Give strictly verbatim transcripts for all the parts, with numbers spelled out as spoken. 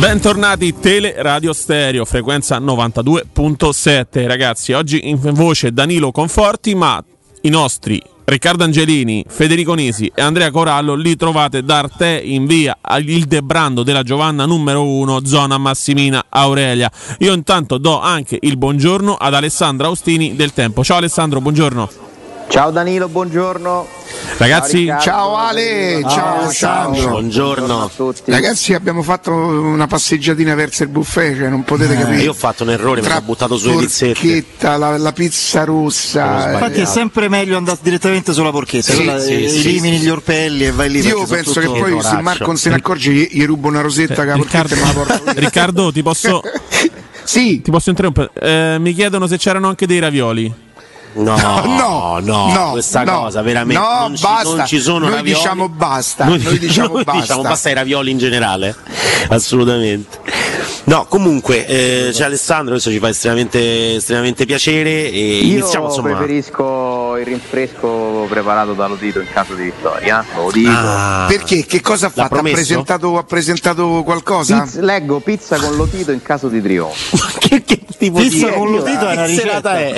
Bentornati, Tele Radio Stereo, frequenza novantadue virgola sette. Ragazzi, oggi in voce Danilo Conforti, ma i nostri Riccardo Angelini, Federico Nisi e Andrea Corallo li trovate da Arte in via Ildebrando della Giovanna numero uno, zona Massimina Aurelia. Io intanto do anche il buongiorno ad Alessandro Austini del Tempo. Ciao Alessandro, buongiorno. Ciao Danilo, buongiorno. Ragazzi, ciao, ciao Ale, ciao, ciao Alessandro. Ciao. Buongiorno a tutti. Ragazzi, abbiamo fatto una passeggiatina verso il buffet, cioè non potete eh, capire. Io ho fatto un errore, mi sono buttato sulle pizzette. La, la pizza rossa. Infatti è sempre meglio andare direttamente sulla porchetta, sì, quella, sì, elimini sì. gli orpelli e vai lì. Io penso che poi se Marco non se ne accorge gli, gli rubo una rosetta eh, che la porchetta me la porto via. Riccardo, ti posso Sì. Ti posso interrompere? Eh, mi chiedono se c'erano anche dei ravioli. No, no, no, no, questa no, cosa veramente no, non, basta. Ci, non ci sono noi ravioli. Diciamo basta. Noi, noi diciamo noi basta. diciamo basta ai ravioli in generale, assolutamente. No, comunque eh, c'è Alessandro, questo ci fa estremamente, estremamente piacere e Io iniziamo insomma. preferisco il rinfresco preparato da Lotito in caso di vittoria, lo dico. Ah, perché? Che cosa ha l'ha fatto? Ha promesso? presentato, ha presentato qualcosa? Pizza, leggo pizza con Lotito in caso di trionfo. che, che tipo Pizza di con Lotito è una che serata ricetta. è?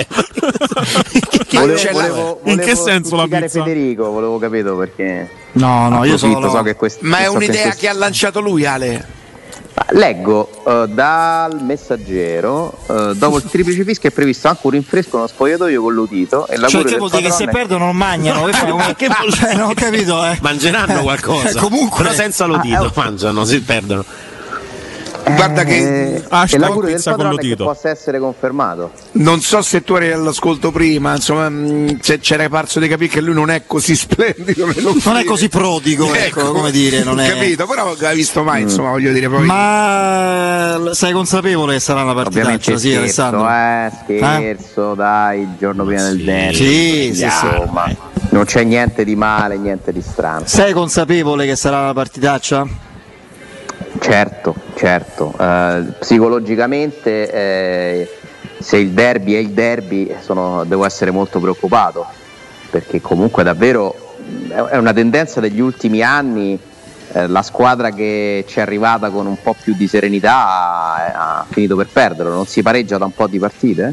Ma Volevo, c'è la- volevo, in che volevo senso la spiegare pizza? Federico, volevo capito perché. No, no, io approfitto, sono so che quest- Ma è so un'idea quest- che ha lanciato lui, Ale. Leggo uh, dal Messaggero, uh, dopo il triplice fischio è previsto anche un rinfresco nello spogliatoio con Lotito e la cioè cura che del vuol dire che se padrone- perdono non mangiano, che fai? Come- Che vuol cioè, non ho capito, eh. Mangeranno qualcosa, Eh, comunque- però senza Lotito Ah, eh, mangiano, si perdono. Guarda che Eh, Hashtag e l'auguro del pizza con padrone è che Lotito. possa essere confermato. non so se tu eri all'ascolto prima, insomma, mh, se c'era parso di capire che lui non è così splendido. Non è così prodigo, ecco, come dire, non è. capito, però l'hai visto mai, insomma, voglio dire poi. Ma sei consapevole che sarà una Ovviamente partitaccia, sì, scherzo, Alessandro? eh, scherzo, dai, il giorno prima del derby. Sì, sì, sì. Insomma, non c'è niente di male, niente di strano. Sei consapevole che sarà una partitaccia? Certo, certo. Eh, psicologicamente eh, se il derby è il derby sono, devo essere molto preoccupato, perché comunque davvero è una tendenza degli ultimi anni. Eh, la squadra che ci è arrivata con un po' più di serenità ha, ha finito per perderlo. Non si pareggia da un po' di partite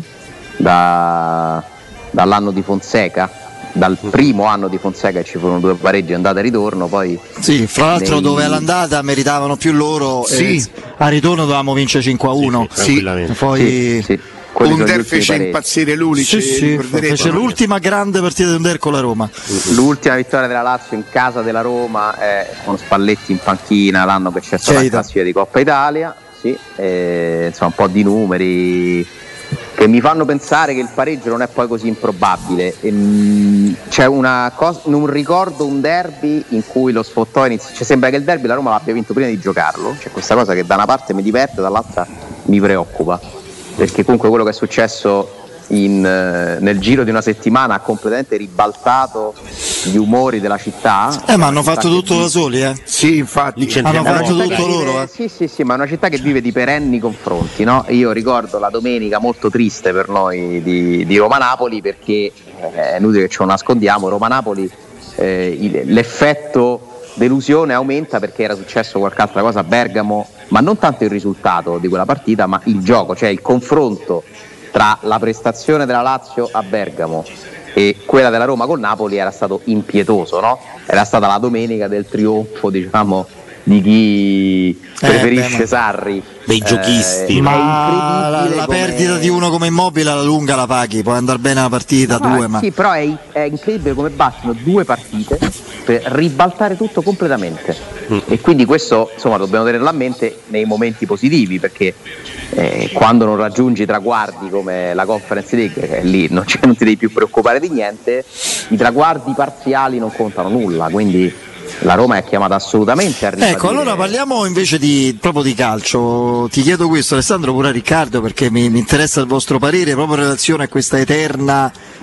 da, dall'anno di Fonseca, dal primo anno di Fonseca ci furono due pareggi andata e ritorno, poi Sì, fra l'altro nei- dove all'andata meritavano più loro, Sì. e a ritorno dovevamo vincere cinque a uno. Sì, tranquillamente. Poi sì, sì, quelli sono gli Under ultimi fece pareggi. impazzire Lulic, Sì, sì, ricorderete, fece no? l'ultima grande partita di Under con la Roma. L'ultima vittoria della Lazio in casa della Roma eh, con Spalletti in panchina l'anno che c'è stata la Keita. classifica di Coppa Italia, sì, eh, insomma un po' di numeri che mi fanno pensare che il pareggio non è poi così improbabile. Ehm, c'è una cosa, non ricordo un derby in cui lo sfottò inizia, cioè sembra che il derby la Roma l'abbia vinto prima di giocarlo, c'è questa cosa che da una parte mi diverte, dall'altra mi preoccupa, perché comunque quello che è successo in, eh, nel giro di una settimana ha completamente ribaltato gli umori della città. Eh, ma hanno Una città fatto che tutto vive- da soli, eh. Sì, infatti. Lì c'entra- Hanno è una fatto città tutto che vive- loro, eh. Sì, sì, sì, ma è una città che vive di perenni confronti, no? Io ricordo la domenica molto triste per noi di, di Roma-Napoli, perché eh, è inutile che ce lo nascondiamo, Roma-Napoli eh, il- l'effetto delusione aumenta perché era successo qualche altra cosa a Bergamo, ma non tanto il risultato di quella partita, ma il gioco, cioè il confronto tra la prestazione della Lazio a Bergamo e quella della Roma con Napoli era stato impietoso, no? Era stata la domenica del trionfo, diciamo, di chi preferisce beh, ma- Sarri, Dei giochisti. è Ma la, incredibile la come- perdita di uno come Immobile alla lunga la paghi, può andare bene una partita, Ah, due, ma sì, però è, è incredibile come bastano due partite per ribaltare tutto completamente. Mm. E quindi questo, insomma, dobbiamo tenerlo a mente nei momenti positivi, perché eh, quando non raggiungi traguardi come la Conference League, che lì non, c'è- non ti devi più preoccupare di niente, i traguardi parziali non contano nulla, quindi la Roma è chiamata assolutamente a ribadire. ecco, allora parliamo invece di, proprio di calcio. Ti chiedo questo, Alessandro, pure a Riccardo, perché mi, mi interessa il vostro parere proprio in relazione a questa eterna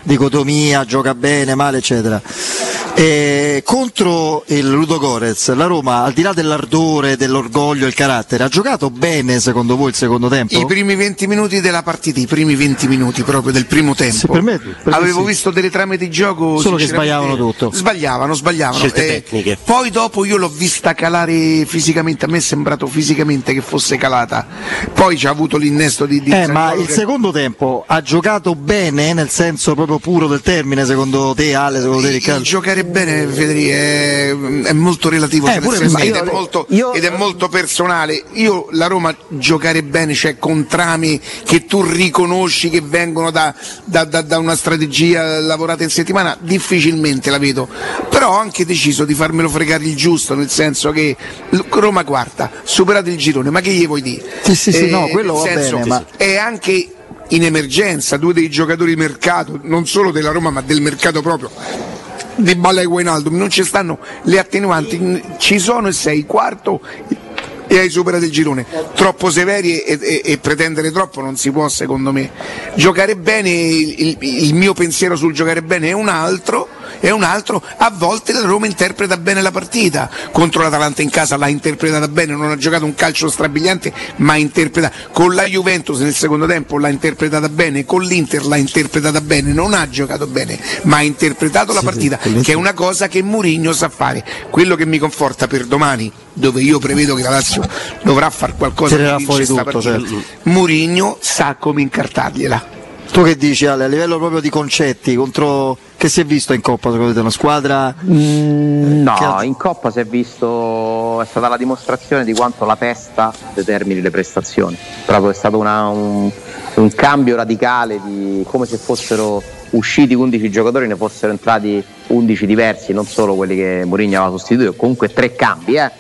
dicotomia, gioca bene, male, eccetera. E contro il Ludogorets la Roma, al di là dell'ardore, dell'orgoglio, il carattere, ha giocato bene secondo voi il secondo tempo? I primi venti minuti della partita, i primi venti minuti proprio del primo tempo. Sì, per me, per me avevo sì. visto delle trame di gioco solo che sbagliavano tutto. Sbagliavano, sbagliavano. Scelte Eh, tecniche. poi dopo io l'ho vista calare fisicamente, a me è sembrato fisicamente che fosse calata. Poi c'ha avuto l'innesto di, di Eh, ma il che... secondo tempo ha giocato bene nel senso proprio puro del termine, secondo te Ale, secondo te Riccardo? Il giocare bene, Federico, è, è molto relativo, Eh, cioè, pure nel senso, io- ed, è molto, io- ed è molto personale. Io la Roma giocare bene, cioè con trame che tu riconosci che vengono da, da, da, da una strategia lavorata in settimana, difficilmente la vedo. Però ho anche deciso di farmelo fregare il giusto, nel senso che Roma quarta, superato il girone, ma che gli vuoi dire? Sì, sì, sì, no, quello nel va senso, bene, ma- è anche in emergenza, due dei giocatori di mercato, non solo della Roma ma del mercato proprio, Di Balla e Wijnaldum, non ci stanno le attenuanti, ci sono e sei quarto e hai superato il girone. Troppo severi e, e, e pretendere troppo non si può, secondo me. Giocare bene, il, il, il mio pensiero sul giocare bene è un altro, è un altro. A volte la Roma interpreta bene la partita, contro l'Atalanta in casa l'ha interpretata bene, non ha giocato un calcio strabiliante, ma ha interpretato. Con la Juventus nel secondo tempo l'ha interpretata bene, con l'Inter l'ha interpretata bene, non ha giocato bene, ma ha interpretato la partita, che è una cosa che Mourinho sa fare. Quello che mi conforta per domani, dove io prevedo che la Lazio dovrà fare qualcosa Tirerà per fuori vincere sta tutto, partita. certo. Mourinho sa come incartargliela. Tu che dici Ale, a livello proprio di concetti, contro che si è visto in Coppa secondo te? Una squadra? No, Che- in Coppa si è visto, è stata la dimostrazione di quanto la testa determini le prestazioni. Proprio è stato una- un, un cambio radicale, di come se fossero usciti undici giocatori, ne fossero entrati undici diversi, non solo quelli che Mourinho aveva sostituito, comunque tre cambi. Eh.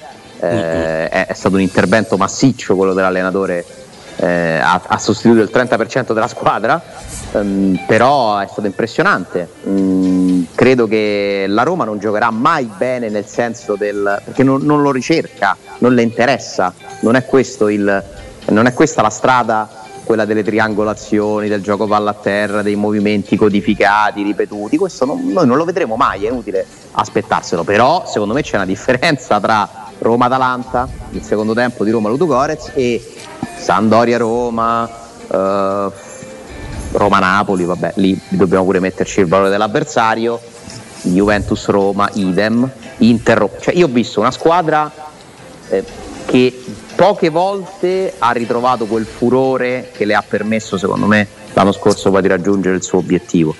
Eh, è, è stato un intervento massiccio quello dell'allenatore, eh, ha, ha sostituito il trenta per cento della squadra, ehm, però è stato impressionante. Mm, credo che la Roma non giocherà mai bene, nel senso del, perché non, non lo ricerca, non le interessa, non è questo il, non è questa la strada, quella delle triangolazioni, del gioco palla a terra, dei movimenti codificati, ripetuti. Questo non, noi non lo vedremo mai, è inutile aspettarselo. Però secondo me c'è una differenza tra Roma-Atalanta, il secondo tempo di Roma-Ludogorets, e Sampdoria-Roma, eh, Roma-Napoli, vabbè, lì dobbiamo pure metterci il valore dell'avversario, Juventus-Roma, idem, Inter, cioè io ho visto una squadra eh, che poche volte ha ritrovato quel furore che le ha permesso, secondo me, l'anno scorso poi di raggiungere il suo obiettivo,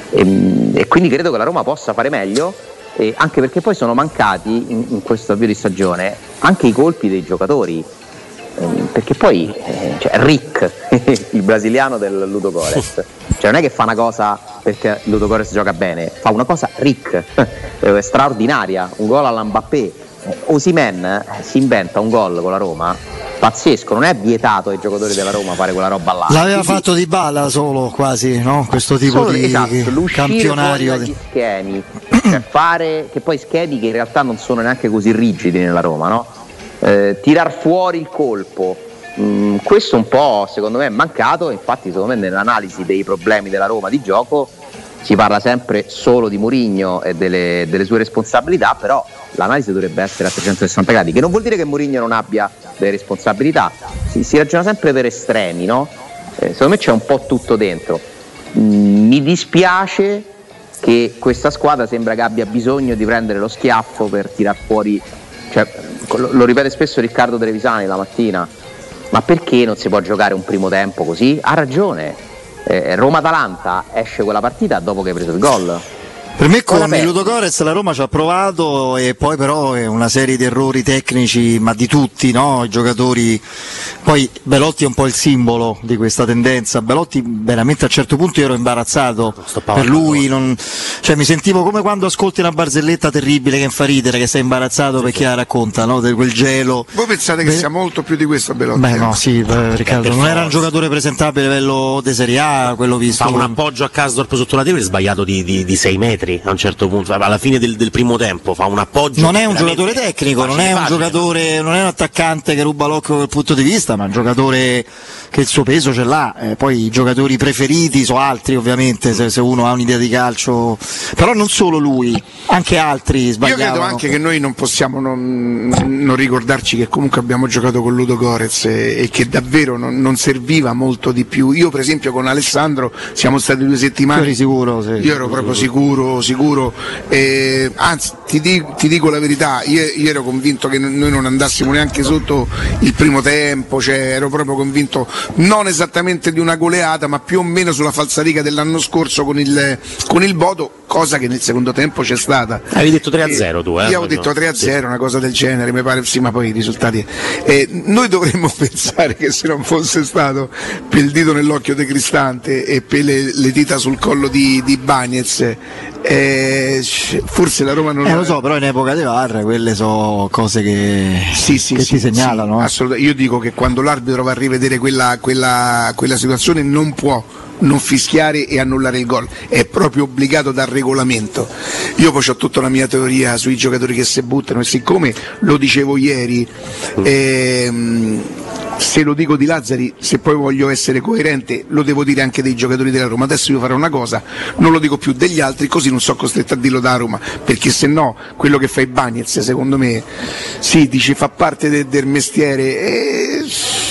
e, e quindi credo che la Roma possa fare meglio, eh, anche perché poi sono mancati in, in questo avvio di stagione anche i colpi dei giocatori, eh, perché poi eh, cioè Rick, il brasiliano del Ludogorets, cioè non è che fa una cosa perché Ludogorets gioca bene, fa una cosa Rick, eh, straordinaria, un gol alla Mbappé. Osimhen eh, si inventa un gol con la Roma pazzesco, non è vietato ai giocatori della Roma fare quella roba là. L'aveva Quindi, fatto Dybala solo quasi, no? Questo tipo solo, di esatto, l'uscire campionario. fuori dagli schemi, cioè fare, che poi schemi che in realtà non sono neanche così rigidi nella Roma, no? Eh, tirar fuori il colpo, mm, questo un po' secondo me è mancato. Infatti secondo me nell'analisi dei problemi della Roma di gioco si parla sempre solo di Mourinho e delle, delle sue responsabilità, però l'analisi dovrebbe essere a trecentosessanta gradi, che non vuol dire che Mourinho non abbia delle responsabilità, si, si ragiona sempre per estremi, no? Eh, secondo me c'è un po' tutto dentro. Mm, mi dispiace che questa squadra sembra che abbia bisogno di prendere lo schiaffo per tirar fuori, cioè, lo, lo ripete spesso Riccardo Trevisani la mattina, ma perché non si può giocare un primo tempo così? Ha ragione. Eh, Roma-Atalanta esce quella partita dopo che hai preso il gol. Per me con Ora il beh. Ludogorets la Roma ci ha provato e poi però è una serie di errori tecnici, ma di tutti, no? I giocatori. Poi Belotti è un po' il simbolo di questa tendenza. Belotti veramente a un certo punto io ero imbarazzato per lui, non... cioè mi sentivo come quando ascolti una barzelletta terribile che fa ridere, che sei imbarazzato perché la racconta, no? Di quel gelo. Voi pensate che Beh, sia molto più di questo Belotti? Beh no, sì, eh, Riccardo, per non era un forza. giocatore presentabile a livello di Serie A, quello visto. Fa un appoggio a Kasdorp sotto la tela e sbagliato di, di, di sei metri. metri a un certo punto, alla fine del, del primo tempo fa un appoggio. Non è un giocatore tecnico, non è un facile. giocatore, non è un attaccante che ruba l'occhio dal punto di vista, ma è un giocatore che il suo peso ce l'ha. Eh, poi i giocatori preferiti sono altri, ovviamente, se, se uno ha un'idea di calcio, però non solo lui, anche altri sbagliavano. Io credo anche che noi non possiamo non, non ricordarci che comunque abbiamo giocato con Ludo Gorez e, e che davvero non, non serviva molto di più. Io per esempio con Alessandro siamo stati due settimane. Eri sicuro? Sì. Io ero proprio sicuro, sicuro. Eh, anzi, ti dico, ti dico la verità, io, io ero convinto che noi non andassimo neanche sotto il primo tempo, cioè ero proprio convinto non esattamente di una goleata, ma più o meno sulla falsariga dell'anno scorso con il, con il Bodo, cosa che nel secondo tempo c'è stata. Avevi detto tre a zero tu, eh? Io avevo detto tre a zero, sì. Una cosa del genere, mi pare, sì, ma poi i risultati. Eh, noi dovremmo pensare che se non fosse stato per il dito nell'occhio di Cristante e per le, le dita sul collo di, di Bagnez, eh, forse la Roma non eh, lo so, però in epoca di V A R quelle sono cose che, sì, sì, che sì, ti segnalano. Sì, eh. assolutamente. Io dico che quando l'arbitro va a rivedere quella, quella, quella situazione non può non fischiare e annullare il gol, è proprio obbligato dal regolamento. Io poi ho tutta la mia teoria sui giocatori che si buttano e siccome lo dicevo ieri, ehm, se lo dico di Lazzari, se poi voglio essere coerente lo devo dire anche dei giocatori della Roma. Adesso io farò una cosa, non lo dico più degli altri, così non sono costretto a dirlo da Roma, perché se no quello che fa i Bagnez secondo me sì, dice fa parte de- del mestiere e...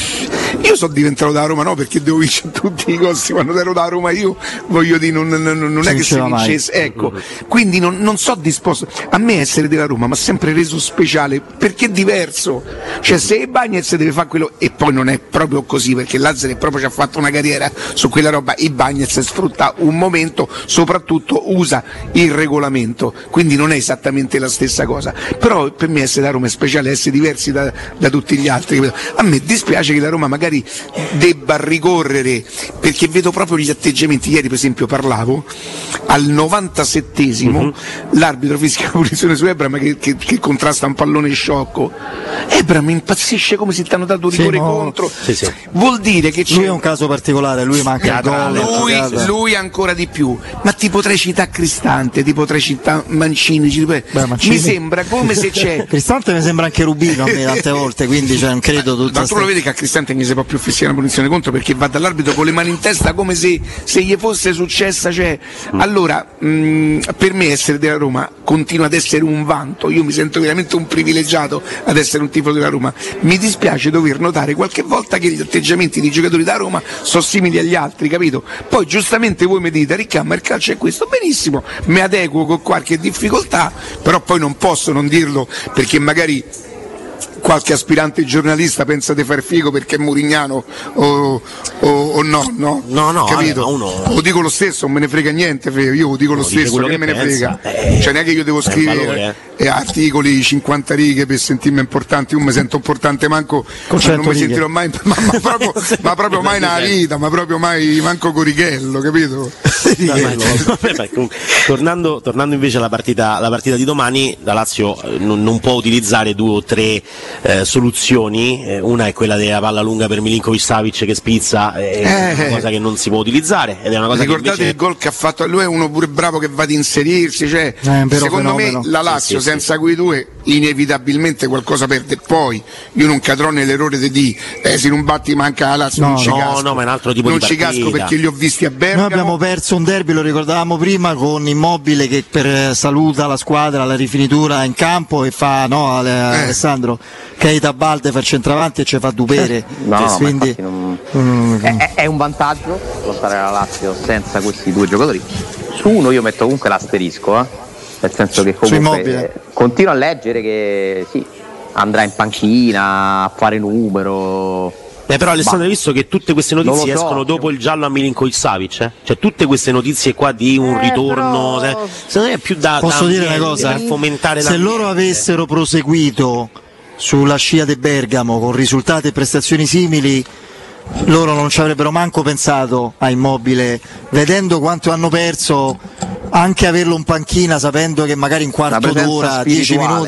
io sono diventato da Roma no perché devo vincere tutti i costi, quando ero da Roma io voglio dire non, non, non è che se vincesse, ecco, quindi non, non so disposto. A me essere della Roma mi ha sempre reso speciale perché è diverso, cioè se Bagnez deve fare quello, e poi non è proprio così perché Lazzari proprio ci ha fatto una carriera su quella roba, i Bagnez sfrutta un momento, soprattutto usa il regolamento, quindi non è esattamente la stessa cosa, però per me essere da Roma è speciale, essere diversi da, da tutti gli altri. A me dispiace che la Roma magari debba ricorrere, perché vedo proprio gli atteggiamenti. Ieri per esempio parlavo al novantasettesimo, uh-huh. l'arbitro fischia la punizione su Ebram che, che, che contrasta un pallone sciocco, Ebram impazzisce come se ti hanno dato rigore sì, no. contro sì, sì. Vuol dire che c'è... lui è un caso particolare, lui manca il gol, lui, lui ancora di più, ma ti potrei citare Cristante, ti potrei citare Mancini, ti... Beh, Mancini. Mi sembra come se c'è Cristante mi sembra anche Rubino a me tante volte, quindi cioè, non credo tutta ma tu lo vedi che a Cristante non gli si può più fischiare una punizione contro perché va dall'arbitro con le mani in testa come se, se gli fosse successa, cioè, mm. allora mh, per me essere della Roma continua ad essere un vanto, io mi sento veramente un privilegiato ad essere un tifo della Roma. Mi dispiace dover notare qualche volta che gli atteggiamenti dei giocatori da Roma sono simili agli altri, capito? Poi giustamente voi mi dite Riccardo, ma il calcio è questo, benissimo, mi adeguo con qualche difficoltà, però poi non posso non dirlo perché magari qualche aspirante giornalista pensa di far figo perché è Murignano o, o, o no, no, no, no, capito? Vabbè, uno... Lo dico lo stesso, non me ne frega niente, io dico lo stesso, che, che me ne frega, eh, cioè neanche io devo scrivere valore, eh. articoli cinquanta righe per sentirmi importante, io mi sento importante manco, cioè, non mi righe. sentirò mai, ma, ma proprio, ma proprio mai nella vita, ma proprio mai manco Corichello, capito? No, vabbè, tornando, tornando invece alla partita, alla partita di domani, la Lazio non, non può utilizzare due o tre Eh, soluzioni, eh, una è quella della palla lunga per Milinkovic Savic che spizza, è eh, una cosa che non si può utilizzare ed è una cosa ricordate che invece... il gol che ha fatto lui, è uno pure bravo che va ad inserirsi, cioè, eh, secondo fenomeno. me la Lazio sì, sì, senza sì. quei due inevitabilmente qualcosa perde. Poi io non cadrò nell'errore di dire eh, se non batti manca la Lazio, no, non ci no, casco no, ma è un altro tipo non di ci casco perché li ho visti a Bergamo. Noi abbiamo perso un derby, lo ricordavamo prima, con Immobile che per, saluta la squadra alla rifinitura in campo e fa no, Ale, eh. Alessandro Keita Balde fa il centravanti e ci fa dupere. No, no, quindi non... mm. è, è un vantaggio portare la Lazio senza questi due giocatori. Su uno io metto comunque l'asterisco, eh? nel senso che comunque continuo a leggere che sì, andrà in panchina a fare numero. Eh, però Alessandro, hai visto che tutte queste notizie so, escono dopo il giallo a Milinkovic Savic? Eh? Cioè tutte queste notizie qua di un eh, ritorno, però... eh, secondo me è più da, posso da dire una cosa? Per fomentare se loro avessero proseguito sulla scia di Bergamo con risultati e prestazioni simili, loro non ci avrebbero manco pensato a Immobile, vedendo quanto hanno perso, anche averlo in panchina sapendo che magari in quarto d'ora, dieci minuti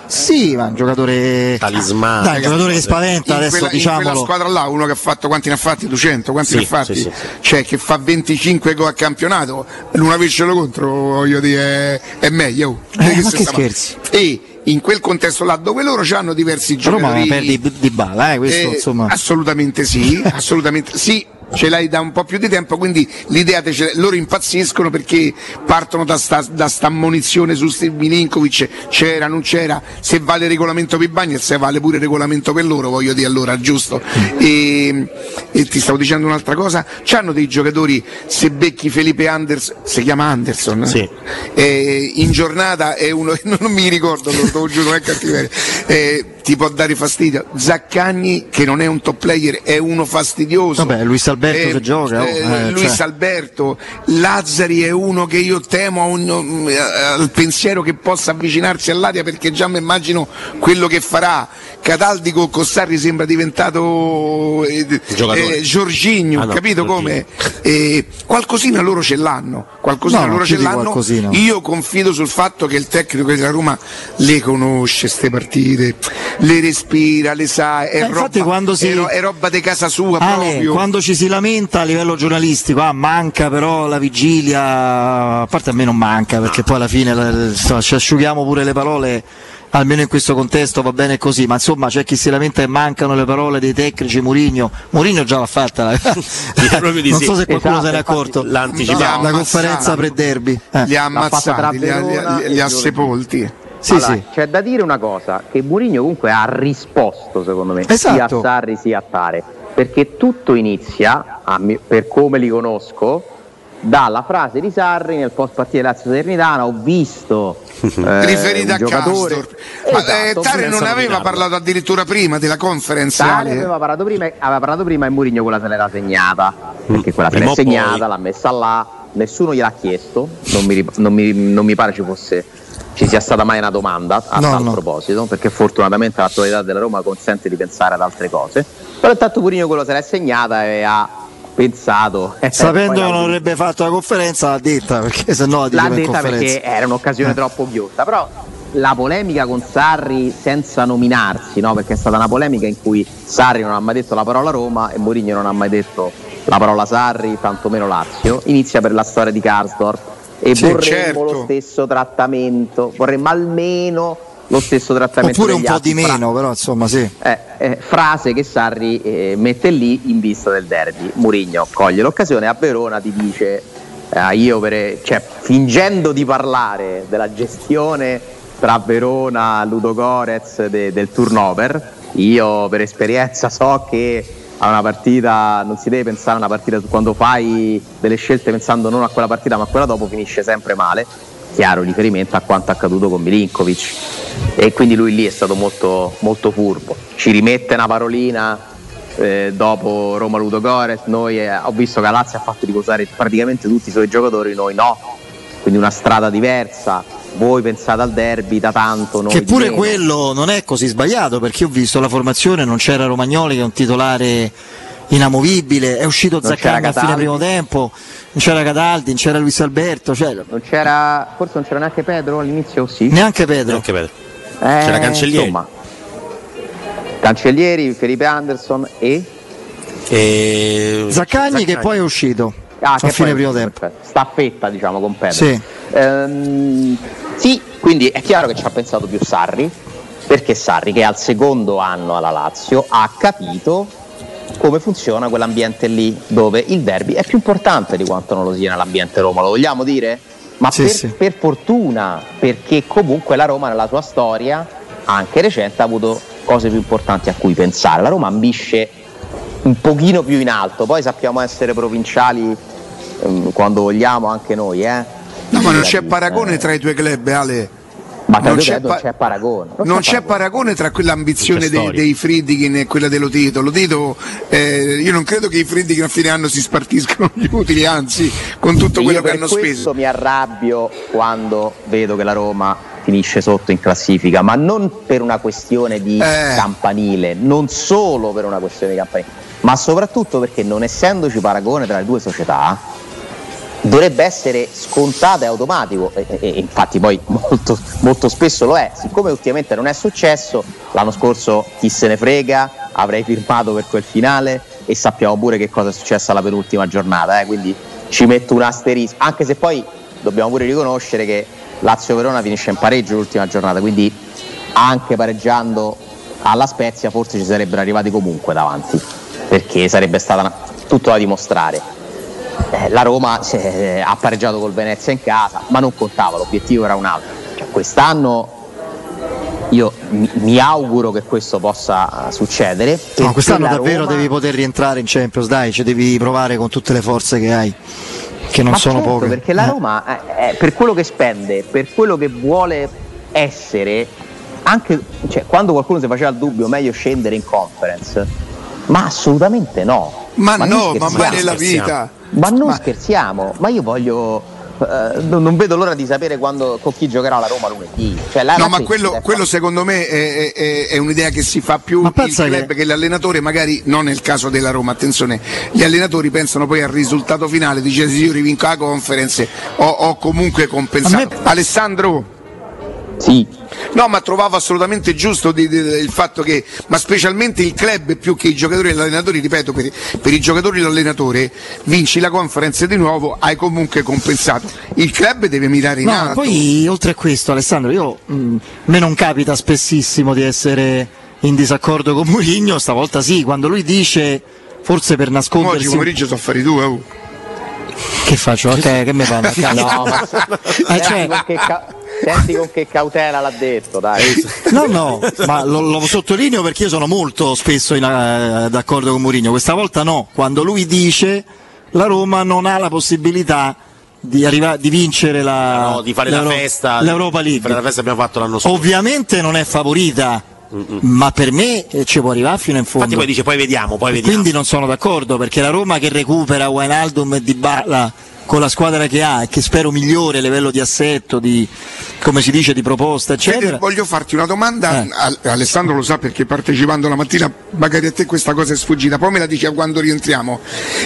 Sì, ma un giocatore talismano, dai, un giocatore che spaventa in adesso, quella, diciamolo. in quella squadra là, uno che ha fatto, quanti ne ha fatti? duecento, quanti Sì, ne ha fatti? sì, sì. Cioè che fa venticinque gol a campionato, non avercelo contro, voglio dire, è meglio. Oh. Eh, Che ma se che sta- scherzi. E in quel contesto là dove loro hanno diversi Roma giocatori, perde di Bala, eh, questo eh, insomma. assolutamente sì, assolutamente sì. Ce l'hai da un po' più di tempo, quindi l'idea te ce- loro impazziscono perché partono da sta, da sta ammonizione su Steve Milinkovic, c'era, non c'era, se vale il regolamento per i Bagnets, se vale pure il regolamento per loro, voglio dire, allora, giusto. E, e ti stavo dicendo un'altra cosa, c'hanno dei giocatori, se becchi Felipe Anderson, si chiama Anderson, eh? Sì. Eh, in giornata è uno, non mi ricordo, lo, lo giuro, non è cattiveria, eh, ti può dare fastidio. Zaccagni, che non è un top player, è uno fastidioso. Vabbè, Luis Alberto se gioca, oh, eh, eh, Luis cioè. Alberto, Lazzari è uno che io temo a un- al pensiero che possa avvicinarsi all'aria, perché già mi immagino quello che farà. Cataldi con Cossarri sembra diventato eh, Giocatore. eh, Jorginho, Ah, no, capito Jorginho. come? Eh, qualcosina loro ce l'hanno, qualcosina No, no, loro più ce di l'hanno. qualcosina. Io confido sul fatto che il tecnico della Roma le conosce ste partite, le respira, le sa, è, Eh, infatti roba, quando si- è, ro- è roba di casa sua Ale, proprio. quando ci si lamenta a livello giornalistico, ah, manca però la vigilia, a parte a me non manca perché poi alla fine la- insomma, ci asciughiamo pure le parole, almeno in questo contesto va bene così, ma insomma c'è chi si lamenta e mancano le parole dei tecnici. Mourinho Mourinho già l'ha fatta, la- proprio di non sì. so se qualcuno Esatto, se n'è infatti, accorto, l'ha anticipato. la, la Li ha conferenza ammazzati. pre-derby. Eh. Li ha L'ha fatta tra ammazzati, li ha, li ha- Verona li ha e sepolti. Sì, allora, sì. c'è da dire una cosa, che Mourinho comunque ha risposto secondo me sia Esatto. a Sarri sia a Tare, perché tutto inizia, a me- per come li conosco, dalla frase di Sarri nel post partita Lazio Salernitana: ho visto eh, Riferita un a giocatore. Castor. Ma eh, Esatto, Tare non senza aveva nominarlo. parlato addirittura prima della conference. Tare Ale? aveva parlato prima, aveva parlato prima e Mourinho quella se l'era segnata, perché quella se Prima l'è o poi. segnata, l'ha messa là, nessuno gliel'ha chiesto, non mi, rip- non mi- non mi pare ci fosse ci sia stata mai una domanda a No, tal no. proposito, perché fortunatamente l'attualità della Roma consente di pensare ad altre cose, però intanto Mourinho quello se l'è segnata e ha pensato eh, Sapendo poi che l'ha- non avrebbe fatto la conferenza l'ha detta, perché sennò la l'ha diceva in detta conferenza. perché era un'occasione Eh. troppo ghiotta, però la polemica con Sarri senza nominarsi, no? Perché è stata una polemica in cui Sarri non ha mai detto la parola Roma e Mourinho non ha mai detto la parola Sarri, tantomeno Lazio, inizia per la storia di Karsdorp e Sì, vorremmo certo. lo stesso trattamento, vorremmo almeno lo stesso trattamento Oppure un degli po' altri. di Fra- meno, però insomma sì. eh, eh, frase che Sarri eh, mette lì in vista del derby. Mourinho coglie l'occasione, a Verona ti dice eh, io per, cioè, fingendo di parlare della gestione tra Verona, Ludogorets de, del turnover, io per esperienza so che a una partita non si deve pensare a una partita, quando fai delle scelte pensando non a quella partita ma a quella dopo finisce sempre male. Chiaro riferimento a quanto accaduto con Milinkovic, e quindi lui lì è stato molto, molto furbo, ci rimette una parolina eh, dopo Roma Ludogorets. Noi eh, ho visto che la Lazio ha fatto riposare praticamente tutti i suoi giocatori, noi no, quindi una strada diversa. Voi pensate al derby da tanto, noi Che di pure meno. quello non è così sbagliato, perché ho visto la formazione, non c'era Romagnoli che è un titolare inamovibile, è uscito Non Zaccagni c'era a fine Cataldi. primo tempo, non c'era Cataldi, non c'era Luis Alberto, cioè, Non c'era, forse non c'era neanche Pedro all'inizio, sì. neanche Pedro. Neanche Pedro. Eh, C'era Cancellieri. Insomma, Cancellieri, Felipe Anderson e E... Zaccagni che poi è uscito Ah, a che fine poi- primo tempo. perfetto. Staffetta, diciamo, con Pedro. Sì. Ehm, sì, quindi è chiaro che ci ha pensato più Sarri, perché Sarri, che al secondo anno alla Lazio, ha capito come funziona quell'ambiente lì, dove il derby è più importante di quanto non lo sia nell'ambiente Roma, lo vogliamo dire? Ma Sì, per, sì. per fortuna, perché comunque la Roma nella sua storia, anche recente, ha avuto cose più importanti a cui pensare. La Roma ambisce un pochino più in alto, poi sappiamo essere provinciali ehm, quando vogliamo anche noi, eh. No, ma non c'è Eh, paragone tra i due club, Ale. Ma tra non i due c'è non pa- c'è paragone. Non c'è paragone tra quell'ambizione Non c'è dei, storia. dei Friedkin e quella dello Tito. Lo Tito, eh, io non credo che i Friedkin a fine anno si spartiscono gli utili, anzi, con tutto E quello io che per hanno questo speso. mi arrabbio quando vedo che la Roma finisce sotto in classifica, ma non per una questione di Eh. campanile, non solo per una questione di campanile, ma soprattutto perché non essendoci paragone tra le due società, dovrebbe essere scontato e automatico, e, e, e infatti poi molto, molto spesso lo è. Siccome ultimamente non è successo, l'anno scorso chi se ne frega, avrei firmato per quel finale e sappiamo pure che cosa è successo alla penultima giornata, eh, quindi ci metto un asterisco, anche se poi dobbiamo pure riconoscere che Lazio-Verona finisce in pareggio l'ultima giornata, quindi anche pareggiando alla Spezia forse ci sarebbero arrivati comunque davanti, perché sarebbe stata una, tutto da dimostrare. Eh, la Roma eh, ha pareggiato col Venezia in casa, ma non contava, l'obiettivo era un altro. Cioè, quest'anno io mi, mi auguro che questo possa succedere. No, quest'anno davvero Roma... devi poter rientrare in Champions, dai, ci devi provare con tutte le forze che hai, che non ma sono certo, poche. Perché la Roma eh, eh, per quello che spende, per quello che vuole essere, anche cioè, quando qualcuno si faceva il dubbio meglio scendere in Conference, ma assolutamente no. Ma, ma no, ma mai nella vita. Ma non ma... scherziamo, ma io voglio Uh, non vedo l'ora di sapere quando, con chi giocherà la Roma lunedì. Cioè, la no, ma quello, quello secondo me è, è, è un'idea che si fa più il club che... che l'allenatore, magari non nel caso della Roma, attenzione, gli allenatori pensano poi al risultato finale, dice se io rivinco la Conference ho, ho comunque compensato. Me... Alessandro? Sì. No, ma trovavo assolutamente giusto di, di, il fatto che, ma specialmente il club più che i giocatori e gli allenatori, ripeto, per, per i giocatori e l'allenatore, vinci la Conference di nuovo, hai comunque compensato. Il club deve mirare in no, alto. Poi, oltre a questo, Alessandro, io mh, me non capita spessissimo di essere in disaccordo con Mourinho, stavolta sì, quando lui dice, forse per nascondersi... Oggi pomeriggio so fare tu, eh. Che faccio? Ok, che mi fanno? No, ma... eh, cioè... Senti con che cautela l'ha detto, dai. No, no, ma lo, lo sottolineo perché io sono molto spesso in, uh, d'accordo con Mourinho. Questa volta no, quando lui dice la Roma non ha la possibilità di, arriva- di vincere la, no, di fare la festa, l'Europa League. Fare la festa abbiamo fatto l'anno scorso. Ovviamente non è favorita, Mm-mm. ma per me ci può arrivare fino in fondo. Infatti poi dice poi vediamo, poi vediamo. Quindi non sono d'accordo, perché la Roma che recupera Wijnaldum e Dybala con la squadra che ha e che spero migliore a livello di assetto, di come si dice, di proposta, eccetera. Fede, voglio farti una domanda, eh. Alessandro lo sa perché partecipando la mattina magari a te questa cosa è sfuggita, poi me la dici quando rientriamo.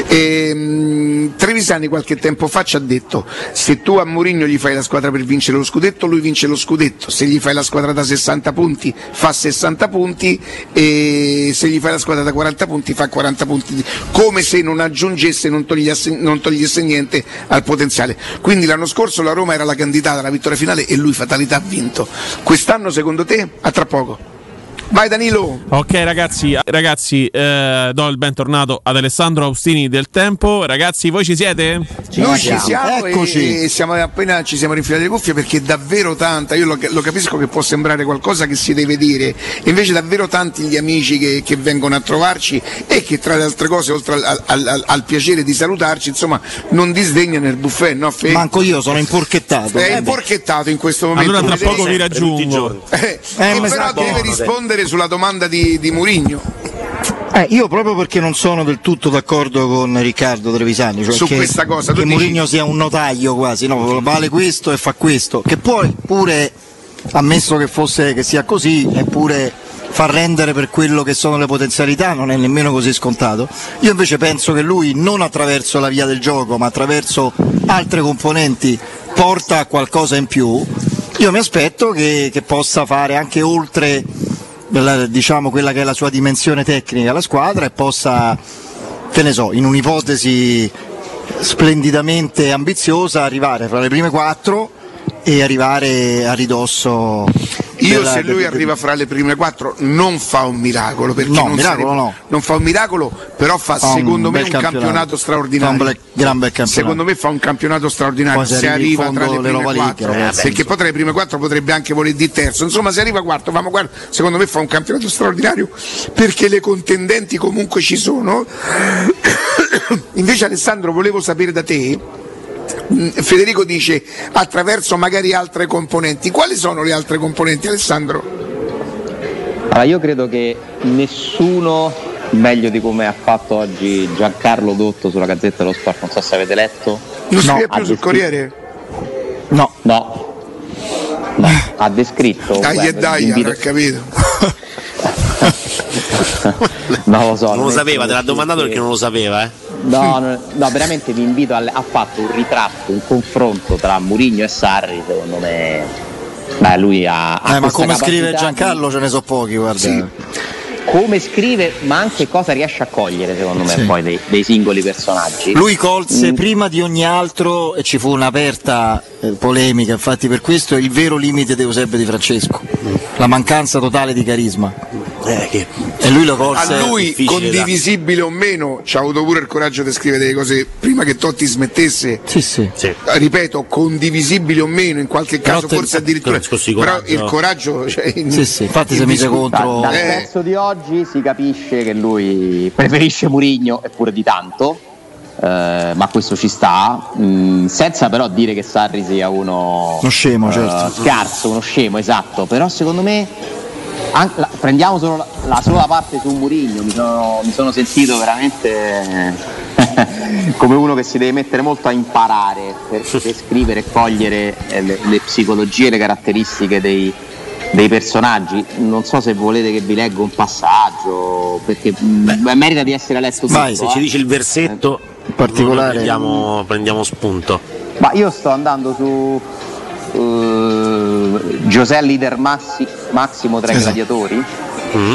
Ehm, Trevisani qualche tempo fa ci ha detto: se tu a Mourinho gli fai la squadra per vincere lo scudetto, lui vince lo scudetto, se gli fai la squadra da sessanta punti fa sessanta punti, e se gli fai la squadra da quaranta punti fa quaranta punti, come se non aggiungesse, non togliesse, non togliesse niente al potenziale. Quindi l'anno scorso la Roma era la candidata alla vittoria finale e lui fatalità ha vinto. Quest'anno secondo te? A tra poco. Vai Danilo. Ok ragazzi, ragazzi eh, do il bentornato ad Alessandro Austini del Tempo. Ragazzi, voi ci siete? Ci Noi ci siamo, Eccoci. E siamo appena ci siamo rinfilati le cuffie perché è davvero tanta, io lo, lo capisco che può sembrare qualcosa che si deve dire, invece davvero tanti gli amici che, che vengono a trovarci e che tra le altre cose, oltre al, al, al, al piacere di salutarci, insomma non disdegnano il buffet, no? Fe- Manco io sono imporchettato. È imporchettato in questo momento. Allora tra poco vi raggiungo. Eh, eh, però deve rispondere sulla domanda di, di Mourinho. Eh, io proprio perché non sono del tutto d'accordo con Riccardo Trevisani, cioè su che, questa cosa che dici... Mourinho sia un notaio quasi, no? Vale questo e fa questo, che poi pure, ammesso che fosse che sia così, eppure far rendere per quello che sono le potenzialità non è nemmeno così scontato. Io invece penso che lui, non attraverso la via del gioco ma attraverso altre componenti, porta a qualcosa in più. Io mi aspetto che, che possa fare anche oltre, diciamo, quella che è la sua dimensione tecnica la squadra, e possa, che ne so, in un'ipotesi splendidamente ambiziosa, arrivare fra le prime quattro e arrivare a ridosso. Io della, se lui del, arriva fra le prime quattro non fa un miracolo, perché no, non, miracolo sarebbe, no. non fa un miracolo, però fa, fa secondo un me un campionato, campionato straordinario. Fa un ble- gran bel campionato. Secondo me fa un campionato straordinario. Se arriva tra le prime quattro, eh, perché poi tra le prime quattro potrebbe anche voler di terzo. Insomma, se arriva quarto, famo quarto, secondo me fa un campionato straordinario, perché le contendenti comunque ci sono. Invece Alessandro, volevo sapere da te, Federico dice attraverso magari altre componenti. Quali sono le altre componenti, Alessandro? Allora, io credo che nessuno meglio di come ha fatto oggi Giancarlo Dotto sulla Gazzetta dello Sport, non so se avete letto. Non scrive no, più sul Corriere? No. No. No. Ha descritto. Dai e dai, invito... ha capito. non lo so. Non lo sapeva, te l'ha domandato perché non lo sapeva, eh? No, no, no, veramente vi invito a, ha fatto un ritratto, un confronto tra Mourinho e Sarri, secondo me. Beh, lui ha, ha eh, ma come scrive di... Giancarlo ce ne so pochi, guarda. Sì. Come scrive, ma anche cosa riesce a cogliere, secondo me, sì. poi dei, dei singoli personaggi. Lui colse mm. prima di ogni altro, e ci fu un'aperta eh, polemica, infatti per questo è il vero limite di Eusebio Di Francesco, mm. la mancanza totale di carisma. Eh, che... E lui lo colse. A lui, condivisibile da... o meno, ci ha avuto pure il coraggio di scrivere delle cose prima che Totti smettesse. Sì, sì. sì. Ripeto, condivisibile o meno, in qualche caso però forse te... addirittura. Però il coraggio. Cioè, in... Sì, sì, infatti si mise contro. Dal eh. pezzo di oggi si capisce che lui preferisce Mourinho, eppure di tanto. Uh, ma questo ci sta, mm, senza però dire che Sarri sia uno, uno scemo, uh, certo. scarso, uno scemo, esatto. Però secondo me anche, la, prendiamo solo la, la sola parte su Mourinho, mi sono, mi sono sentito veramente come uno che si deve mettere molto a imparare per descrivere e cogliere eh, le, le psicologie e le caratteristiche dei, dei personaggi. Non so se volete che vi leggo un passaggio, perché mh, merita di essere letto tutto. Vai, se eh. ci dici il versetto in particolare prendiamo, prendiamo spunto. Ma io sto andando su uh, José Lider Massi, Massimo tra i esatto. gladiatori. Mm-hmm.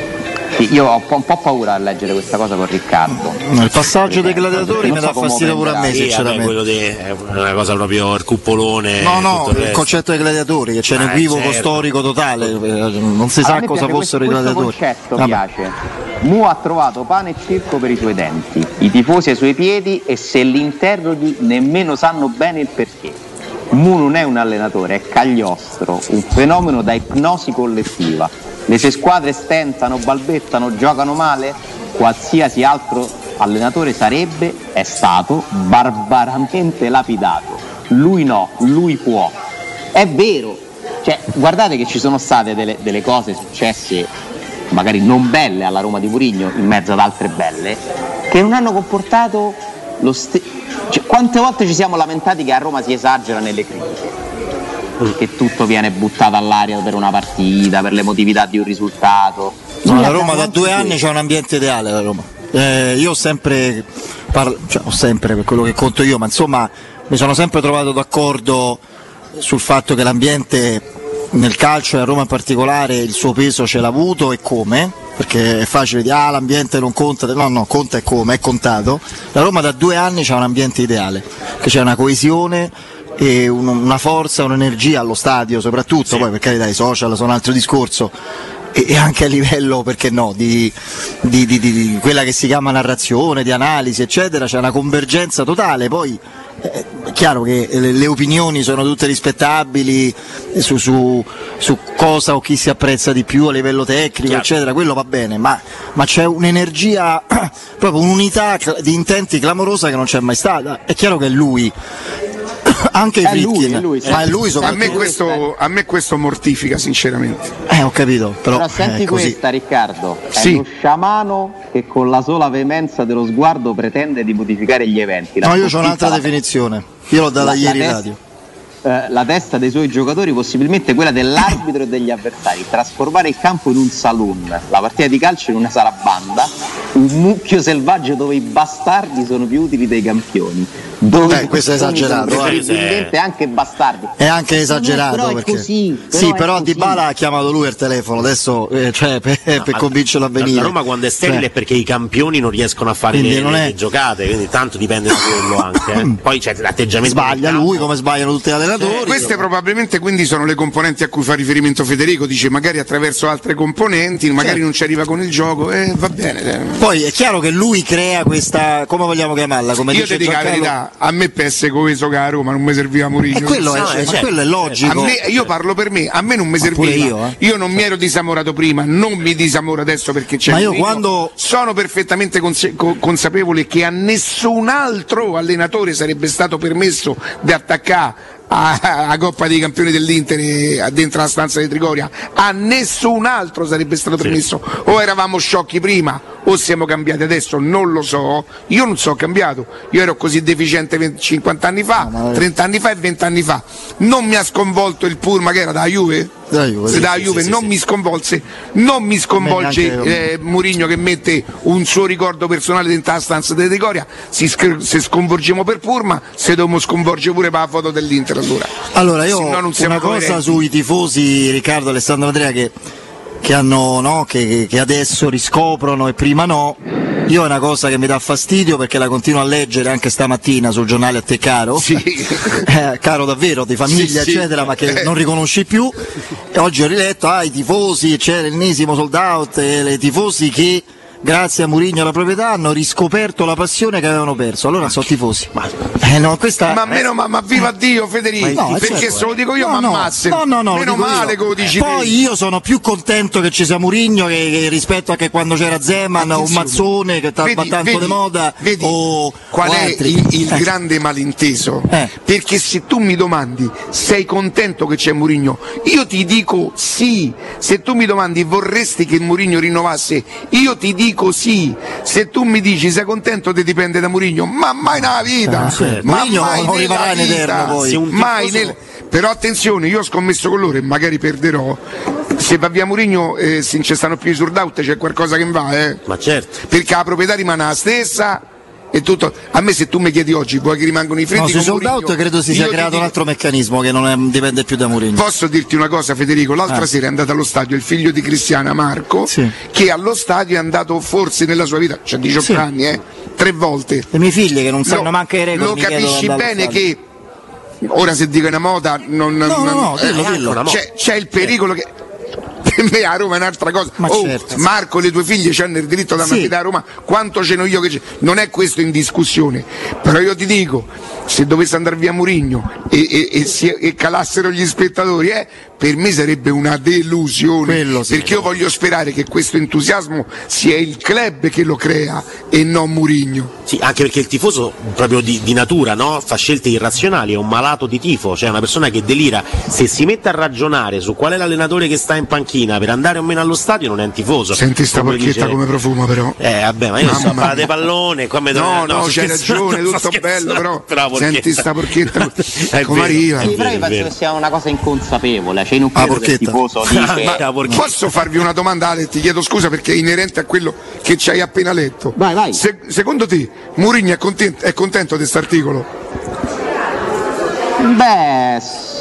Sì, io ho un po', un po' paura a leggere questa cosa con Riccardo. Il passaggio dei gladiatori mi dà so fastidio pure a me, sì, sinceramente. Quello di, è una cosa proprio il cuppolone. No, no, il, il concetto dei gladiatori, che c'è ah, un equivoco certo. storico totale, non si sa cosa fossero i gladiatori. Questo concetto Vabbè. piace. Mu ha trovato pane e circo per i suoi denti, i tifosi ai suoi piedi, e se li interroghi nemmeno sanno bene il perché. Mu non è un allenatore, è Cagliostro, un fenomeno da ipnosi collettiva. Le sue squadre stentano, balbettano, giocano male. Qualsiasi altro allenatore sarebbe, è stato barbaramente lapidato. Lui no, lui può. È vero, cioè, guardate che ci sono state delle, delle cose successe, magari non belle alla Roma di Mourinho, in mezzo ad altre belle, che non hanno comportato lo stesso. Cioè, quante volte ci siamo lamentati che a Roma si esagera nelle critiche, che tutto viene buttato all'aria per una partita, per l'emotività di un risultato. No, la Roma da due anni c'ha un ambiente ideale, la Roma. Eh, io ho sempre, parlo, cioè, ho sempre per quello che conto io, ma insomma mi sono sempre trovato d'accordo sul fatto che l'ambiente nel calcio e a Roma in particolare il suo peso ce l'ha avuto, e come, perché è facile dire ah l'ambiente non conta, no no, conta e come, è contato. La Roma da due anni c'ha un ambiente ideale, che c'è una coesione e una forza, un'energia allo stadio soprattutto, sì. Poi per carità i social sono un altro discorso, e anche a livello, perché no, di, di, di, di quella che si chiama narrazione, di analisi eccetera, c'è una convergenza totale. Poi è chiaro che le, le opinioni sono tutte rispettabili su, su, su cosa o chi si apprezza di più a livello tecnico, chiaro. Eccetera, quello va bene, ma, ma c'è un'energia, proprio un'unità di intenti clamorosa che non c'è mai stata. È chiaro che è lui, anche i Friedkin, ma è lui a me questo a me questo mortifica sinceramente. Eh, ho capito, però, però senti eh, questa, Riccardo, è sì. Lo sciamano che con la sola veemenza dello sguardo pretende di modificare gli eventi. La no, io ho un'altra la... definizione, io l'ho data la, ieri in radio. Eh, la testa dei suoi giocatori, possibilmente quella dell'arbitro e degli avversari, trasformare il campo in un saloon, la partita di calcio in una sarabanda, un mucchio selvaggio dove i bastardi sono più utili dei campioni. Dove eh, questo è esagerato, preferibilmente eh. anche bastardi. È anche esagerato, però perché è così, però sì, è però così. Dybala ha chiamato lui al telefono adesso, eh, cioè, per, no, per convincerlo a venire. La Roma quando è sterile cioè. È perché i campioni non riescono a fare le, le, le giocate, quindi tanto dipende da quello anche. Eh. Poi c'è l'atteggiamento. Sbaglia lui come sbagliano tutti gli allenatori. Eh, queste però. Probabilmente quindi sono le componenti a cui fa riferimento Federico, dice magari attraverso altre componenti, magari certo. Non ci arriva con il gioco, e eh, va bene. Poi è chiaro che lui crea questa, come vogliamo chiamarla? Come io dice ti dico la verità, a me pesse coeso che a Roma non mi serviva Mourinho. E quello è, no, cioè, certo. quello è logico. A me, io parlo per me, a me non mi serviva. Io, eh. io non mi ero disamorato prima, non mi disamoro adesso perché c'è. Ma io Mourinho. Quando sono perfettamente conse- consapevole che a nessun altro allenatore sarebbe stato permesso di attaccare a, a Coppa dei Campioni dell'Inter dentro la stanza di Trigoria, a nessun altro sarebbe stato permesso. Sì. O eravamo sciocchi prima o siamo cambiati adesso, non lo so, io non sono cambiato, io ero così deficiente venti, cinquanta anni fa, no, trenta anni fa e venti anni fa, non mi ha sconvolto il Purma che era da Juve? Da Juve, sì, da sì, Juve sì, non sì, mi sconvolse, non mi sconvolge eh, Mourinho che mette un suo ricordo personale dentro la stanza di Trigoria. Si scr- se sconvolgiamo per Purma, se dobbiamo sconvolgere pure per la foto dell'Inter allora. Allora io no, una cosa coerenti. Sui tifosi Riccardo, Alessandro, Andrea che, che hanno no, che, che adesso riscoprono e prima no. Io è una cosa che mi dà fastidio perché la continuo a leggere anche stamattina sul giornale a te caro, sì. eh, caro davvero, di famiglia sì, eccetera, sì. Ma che non riconosci più. E oggi ho riletto, ah, i tifosi, c'era l'ennesimo sold out, e i tifosi che grazie a Mourinho e alla proprietà hanno riscoperto la passione che avevano perso. Allora sono tifosi. Ma, eh, no, questa, ma meno ma, ma viva Dio Federico, no, perché certo. Se lo dico io no, mi ammazzi. No, no, no, meno male io. Che lo dici. Poi te. Io sono più contento che ci sia Mourinho che, che rispetto a che quando c'era Zeman o Mazzone che va tanto di moda. Vedi o, qual o è altri. il, il eh. grande malinteso? Eh. Perché se tu mi domandi sei contento che c'è Mourinho, io ti dico sì. Se tu mi domandi vorresti che Mourinho rinnovasse, io ti dico sì. Se tu mi dici sei contento te dipende da Mourinho, ma mai nella vita, eh, certo. ma Mourinho mai non rimarrà in eterno poi. Mai nel... Però attenzione, io ho scommesso con loro e magari perderò. Se va via Mourinho eh, se non ci stanno più i sold out c'è qualcosa che non va, eh. Ma certo. Perché la proprietà rimane la stessa. E tutto. A me se tu mi chiedi oggi vuoi che rimangano i freddi no, con sold out credo si sia creato dico... un altro meccanismo che non è, dipende più da Mourinho. Posso dirti una cosa Federico, l'altra eh. sera è andato allo stadio il figlio di Cristiana Marco sì. Che allo stadio è andato forse nella sua vita, c'ha diciotto sì. anni eh, tre volte. Le mie figlie che non sanno lo, manco i record. Lo capisci bene che ora se dico una moda non, no, non, no, no, eh, dillo, dillo. C'è, c'è il pericolo che per me a Roma è un'altra cosa. Ma oh, certo. Marco, le tue figlie hanno il diritto da sì. andare a Roma, quanto ce n'ho io che c'è. Non è questo in discussione, però io ti dico, se dovesse andare via Mourinho e, e, e, si, e calassero gli spettatori, eh, per me sarebbe una delusione, sì, perché io voglio sperare che questo entusiasmo sia il club che lo crea e non Mourinho. Sì, anche perché il tifoso proprio di, di natura, no? Fa scelte irrazionali, è un malato di tifo, cioè una persona che delira. Se si mette a ragionare su qual è l'allenatore che sta in panchina per andare o meno allo stadio, non è un tifoso. Senti sta come porchetta dice... come profuma però. Eh vabbè, ma io Mamma so a parlare di pallone, come no, no, no, c'hai ragione, tutto bello, però, però senti sta porchetta come arriva. Sì, però io penso che sia una cosa inconsapevole, cioè non credo che il tifoso dice... Ma posso farvi una domanda Ale, ti chiedo scusa perché è inerente a quello che ci hai appena letto. Vai, vai. Se, secondo te Mourinho è contento, è contento di questo articolo? Beh,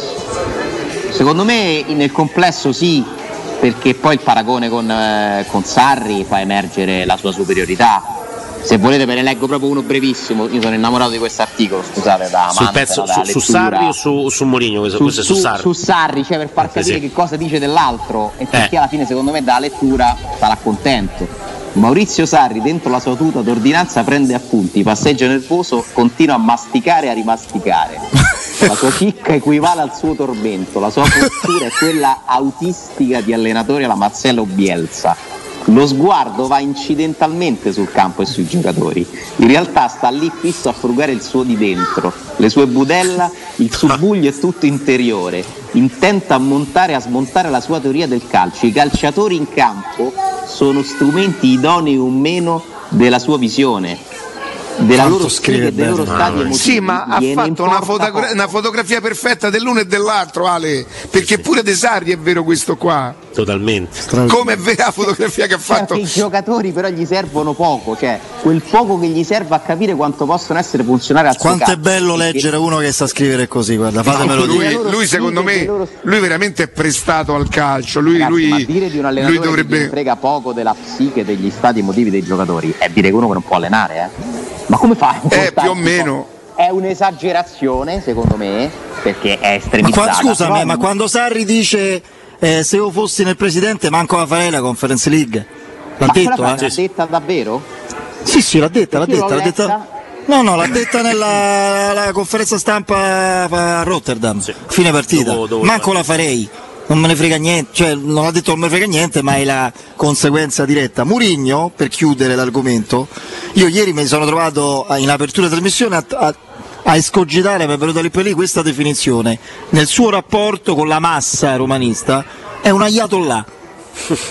secondo me nel complesso sì, perché poi il paragone con, eh, con Sarri fa emergere la sua superiorità. Se volete ve ne leggo proprio uno brevissimo, io sono innamorato di questo articolo, scusate, da sul pezzo, da su, su Sarri o su, su Mourinho? Questo, su, questo su, su Sarri. Su Sarri, cioè per far capire sì. Che cosa dice dell'altro e perché eh. alla fine secondo me dalla lettura sarà contento. Maurizio Sarri dentro la sua tuta d'ordinanza prende appunti, passeggio nervoso, continua a masticare e a rimasticare. La sua chicca equivale al suo tormento, la sua postura è quella autistica di allenatore alla Marcelo Bielsa. Lo sguardo va incidentalmente sul campo e sui giocatori, in realtà sta lì fisso a frugare il suo di dentro, le sue budella, il subbuglio è tutto interiore, intento a montare e a smontare la sua teoria del calcio. I calciatori in campo sono strumenti idonei o meno della sua visione, della Quanto loro scrive, dei loro stati emotivi. Sì, ma ha fatto una, fotogra- una fotografia perfetta dell'uno e dell'altro, Ale, perché pure De Sarri è vero questo qua. Totalmente. Come è vera la fotografia che ha fatto? Cioè, i giocatori però gli servono poco, cioè quel poco che gli serve a capire quanto possono essere funzionari al quanto suo è bello perché... leggere uno che sa scrivere così, guarda, fatemelo no, dire. Lui, lui secondo me, loro... lui veramente è prestato al calcio. Lui, Ragazzi, lui, ma dire di un allenatore lui dovrebbe... che frega poco della psiche, degli stati emotivi dei giocatori è dire che uno che non può allenare, eh? Ma come fa? Eh, più o meno. È un'esagerazione, secondo me, perché è estremizzata. Ma qua, scusami, però... ma quando Sarri dice eh, se io fossi nel presidente manco la farei la Conference League, l'ha ma detto, l'ha eh? detta davvero? Sì, sì, l'ha detta, l'ha detta, l'ha detta. detta. No, no, l'ha detta nella la conferenza stampa a Rotterdam, sì. Fine partita. Dopo, dopo manco la farei. Non me ne frega niente, cioè non ha detto non me ne frega niente, ma è la conseguenza diretta. Mourinho, per chiudere l'argomento, io ieri mi sono trovato in apertura trasmissione a, a, a escogitare, mi è venuta lì per lì questa definizione. Nel suo rapporto con la massa romanista è un ayatollah.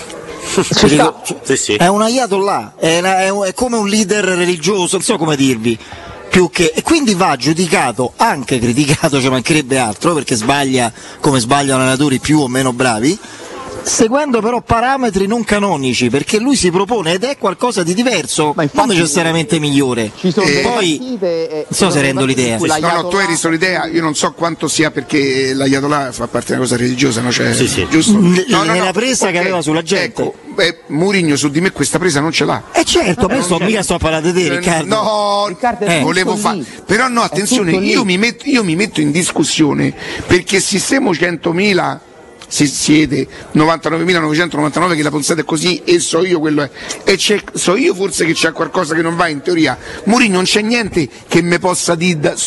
Ci sta. Sì, sì. È un ayatollah, è, una, è, è come un leader religioso, non so come dirvi. Più che, e quindi va giudicato, anche criticato, ci mancherebbe altro, perché sbaglia come sbagliano allenatori più o meno bravi, seguendo però parametri non canonici, perché lui si propone ed è qualcosa di diverso, ma non necessariamente migliore. Ci sono e poi partite, non so se rendo l'idea. No, no, tu hai reso l'idea, io non so quanto sia perché l'ayatollah fa parte di una cosa religiosa, no? Cioè, sì, sì. Giusto? N- no, no, nella no, presa okay. che aveva sulla gente. Ecco, beh, Mourinho su di me questa presa non ce l'ha. Eh certo, ma io sto, mica sto a parlare di te, Riccardo. No, Riccardo, eh. volevo fare. Però no, attenzione, io mi, metto, io mi metto in discussione perché sistemo centomila si siede novantanovemilanovecentronovantanove che la pensate è così e so io quello è e c'è, so io forse che c'è qualcosa che non va in teoria. Mourinho non c'è niente che mi possa dire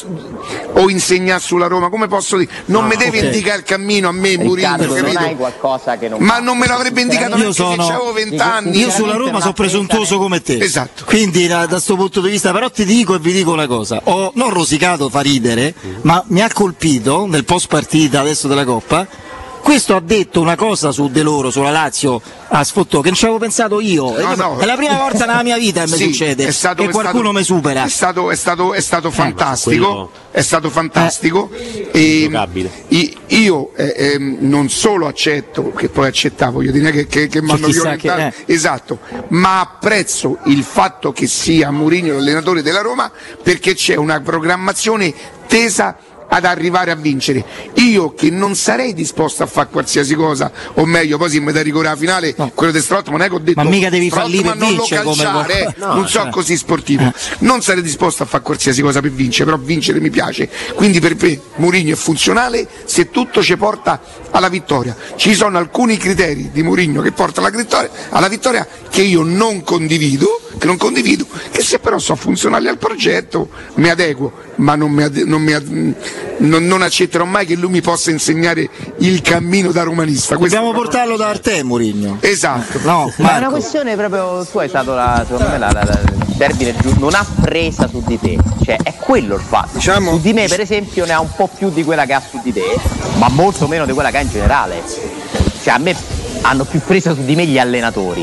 o insegnare sulla Roma, come posso dire, non mi ah, deve okay. indicare il cammino a me Mourinho, non hai qualcosa che non ma va. non me l'avrebbe indicato neanche se avevo vent'anni. Io sulla Roma sono presuntuoso come te, esatto, quindi da questo punto di vista, però ti dico e vi dico una cosa, ho non rosicato, fa ridere, ma mi ha colpito nel post partita adesso della Coppa. Questo ha detto una cosa su De Loro, sulla Lazio, a sfottò, che non ci avevo pensato io. No, no. È la prima volta nella mia vita che mi sì, succede è stato, che qualcuno stato, mi supera. È stato, è stato, è stato fantastico, quello... è stato fantastico. Eh. E io eh, eh, non solo accetto, che poi accettavo, voglio dire che, che, che mi hanno violentato, che, eh. esatto, ma apprezzo il fatto che sia Mourinho l'allenatore della Roma perché c'è una programmazione tesa ad arrivare a vincere. Io che non sarei disposto a fare qualsiasi cosa, o meglio, poi si mi dà rigore alla finale, no. quello di Strottman non è che ho detto ma mica devi fallire e non vincere lo calciare, come... eh, no, non so cioè. così sportivo. Eh. Non sarei disposto a fare qualsiasi cosa per vincere, però vincere mi piace. Quindi per me Mourinho è funzionale se tutto ci porta alla vittoria. Ci sono alcuni criteri di Mourinho che portano alla vittoria, alla vittoria che io non condivido, che non condivido, che se però sono funzionali al progetto mi adeguo, ma non mi, ade- non, mi ad- non, non accetterò mai che lui mi possa insegnare il cammino da romanista. Dobbiamo portarlo da Arte Mourinho. Esatto. No, ma è una questione proprio, tu hai stato la, secondo me la, la, la, il termine giusto, non ha presa su di te, cioè è quello il fatto. Diciamo, su di me per esempio ne ha un po' più di quella che ha su di te, ma molto meno di quella che ha in generale. Cioè a me hanno più presa su di me gli allenatori.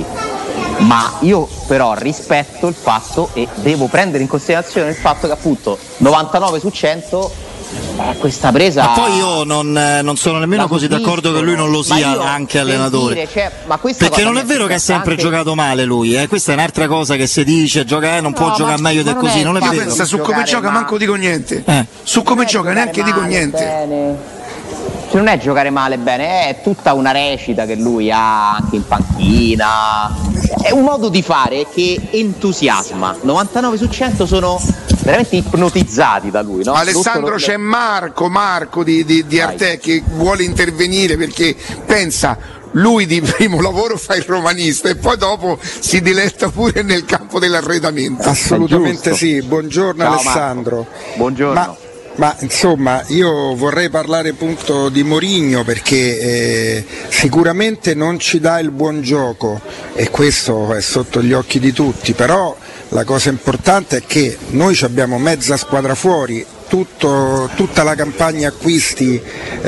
Ma io però rispetto il fatto e devo prendere in considerazione il fatto che appunto novantanove su cento eh, questa presa. Ma poi io non, non sono nemmeno così d'accordo che lui non lo sia anche allenatore. Dire, cioè, ma perché non è vero che ha sempre anche... giocato male lui, eh? Questa è un'altra cosa che si dice, gioca, eh, non no, può giocare meglio di così, non è vero. Pensa, su come gioca ma... manco dico niente. Eh. Su come gioca neanche dico niente. Bene. Cioè non è giocare male bene, è tutta una recita che lui ha anche in panchina, è un modo di fare che entusiasma. Novantanove su cento sono veramente ipnotizzati da lui, no? Alessandro, Tutto... c'è Marco Marco di, di, di Arte che vuole intervenire perché pensa, lui di primo lavoro fa il romanista e poi dopo si diletta pure nel campo dell'arredamento. Assolutamente sì, buongiorno. Ciao, Alessandro. Marco. Buongiorno. Ma... Ma insomma io vorrei parlare appunto di Mourinho perché eh, sicuramente non ci dà il buon gioco e questo è sotto gli occhi di tutti, però la cosa importante è che noi abbiamo mezza squadra fuori, tutto, tutta la campagna acquisti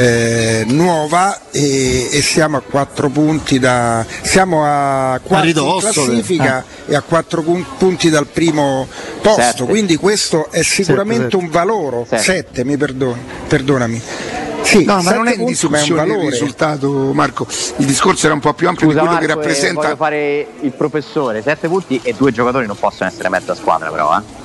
eh, nuova e, e siamo a quattro punti da siamo a quattro in classifica eh. e a quattro punti dal primo posto, sette. Quindi questo è sicuramente sette, un valore, sette, sette mi perdoni, perdonami. Sì, no, ma non è in discussione il risultato, Marco. Il discorso era un po' più ampio. Scusa, di quello Marco, che rappresenta. Eh, voglio fare il professore, sette punti e due giocatori non possono essere mezza squadra, però, eh.